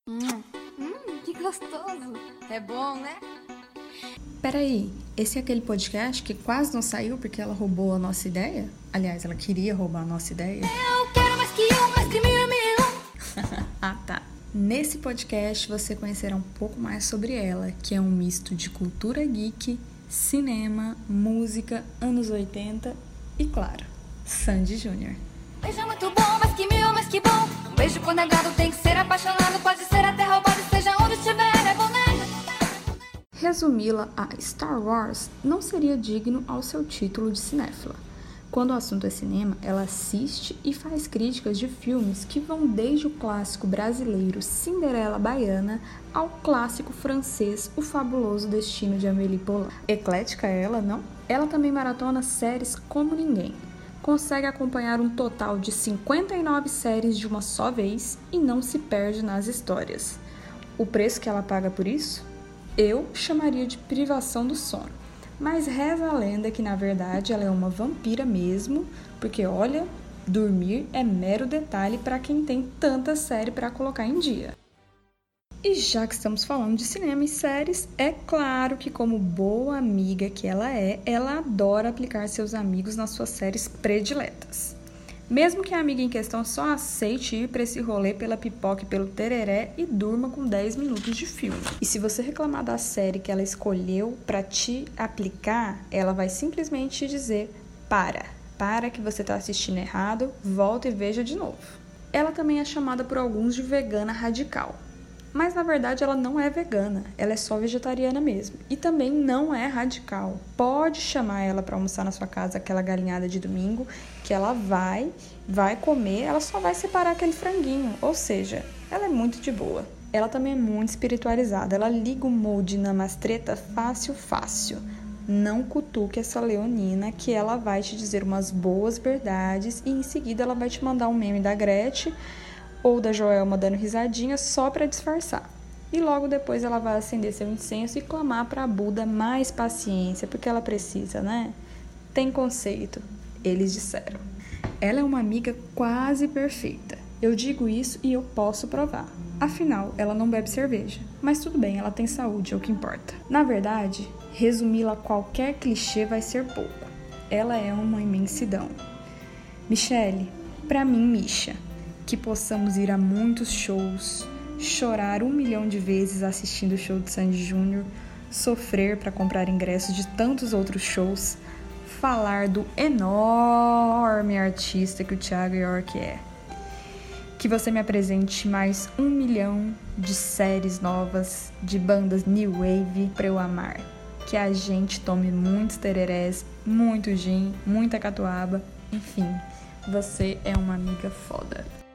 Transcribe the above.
Que gostoso. É bom, né? Peraí, esse é aquele podcast que quase não saiu porque ela roubou a nossa ideia? Aliás, ela queria roubar a nossa ideia. Eu quero mais que um, mais que mil. Ah, tá. Nesse podcast você conhecerá um pouco mais sobre ela, que é um misto de cultura geek, cinema, música, anos 80 e, claro, Sandy Júnior. Beijo muito bom, mais que mil, mais que bom. Um beijo quando é dado tem que ser apaixonado. Pode ser até roubado, seja onde estiver, é bom, né? Resumi-la a Star Wars não seria digno ao seu título de cinéfila. Quando o assunto é cinema, ela assiste e faz críticas de filmes que vão desde o clássico brasileiro Cinderela Baiana ao clássico francês O Fabuloso Destino de Amélie Poulain. Eclética ela, não? Ela também maratona séries como ninguém. Consegue acompanhar um total de 59 séries de uma só vez e não se perde nas histórias. O preço que ela paga por isso? Eu chamaria de privação do sono. Mas reza a lenda que, na verdade, ela é uma vampira mesmo, porque, olha, dormir é mero detalhe para quem tem tanta série para colocar em dia. E já que estamos falando de cinema e séries, é claro que, como boa amiga que ela adora aplicar seus amigos nas suas séries prediletas. Mesmo que a amiga em questão só aceite ir para esse rolê pela pipoca e pelo tereré e durma com 10 minutos de filme. E se você reclamar da série que ela escolheu para te aplicar, ela vai simplesmente te dizer: para que você está assistindo errado, volta e veja de novo. Ela também é chamada por alguns de vegana radical. Mas na verdade ela não é vegana, ela é só vegetariana mesmo. E também não é radical. Pode chamar ela para almoçar na sua casa, aquela galinhada de domingo, que ela vai comer, ela só vai separar aquele franguinho. Ou seja, ela é muito de boa. Ela também é muito espiritualizada, ela liga o molde na mastreta fácil. Não cutuque essa leonina que ela vai te dizer umas boas verdades e em seguida ela vai te mandar um meme da Gretchen ou da Joelma dando risadinha só para disfarçar. E logo depois ela vai acender seu incenso e clamar para a Buda mais paciência, porque ela precisa, né? Tem conceito, eles disseram. Ela é uma amiga quase perfeita. Eu digo isso e eu posso provar. Afinal, ela não bebe cerveja. Mas tudo bem, ela tem saúde, é o que importa. Na verdade, resumi-la a qualquer clichê vai ser pouco. Ela é uma imensidão. Michele, pra mim, Misha, que possamos ir a muitos shows, chorar 1 milhão de vezes assistindo o show de Sandy Júnior, sofrer para comprar ingressos de tantos outros shows, falar do enorme artista que o Thiago York é. Que você me apresente mais 1 milhão de séries novas, de bandas New Wave para eu amar. Que a gente tome muitos tererés, muito gin, muita catuaba, enfim, você é uma amiga foda.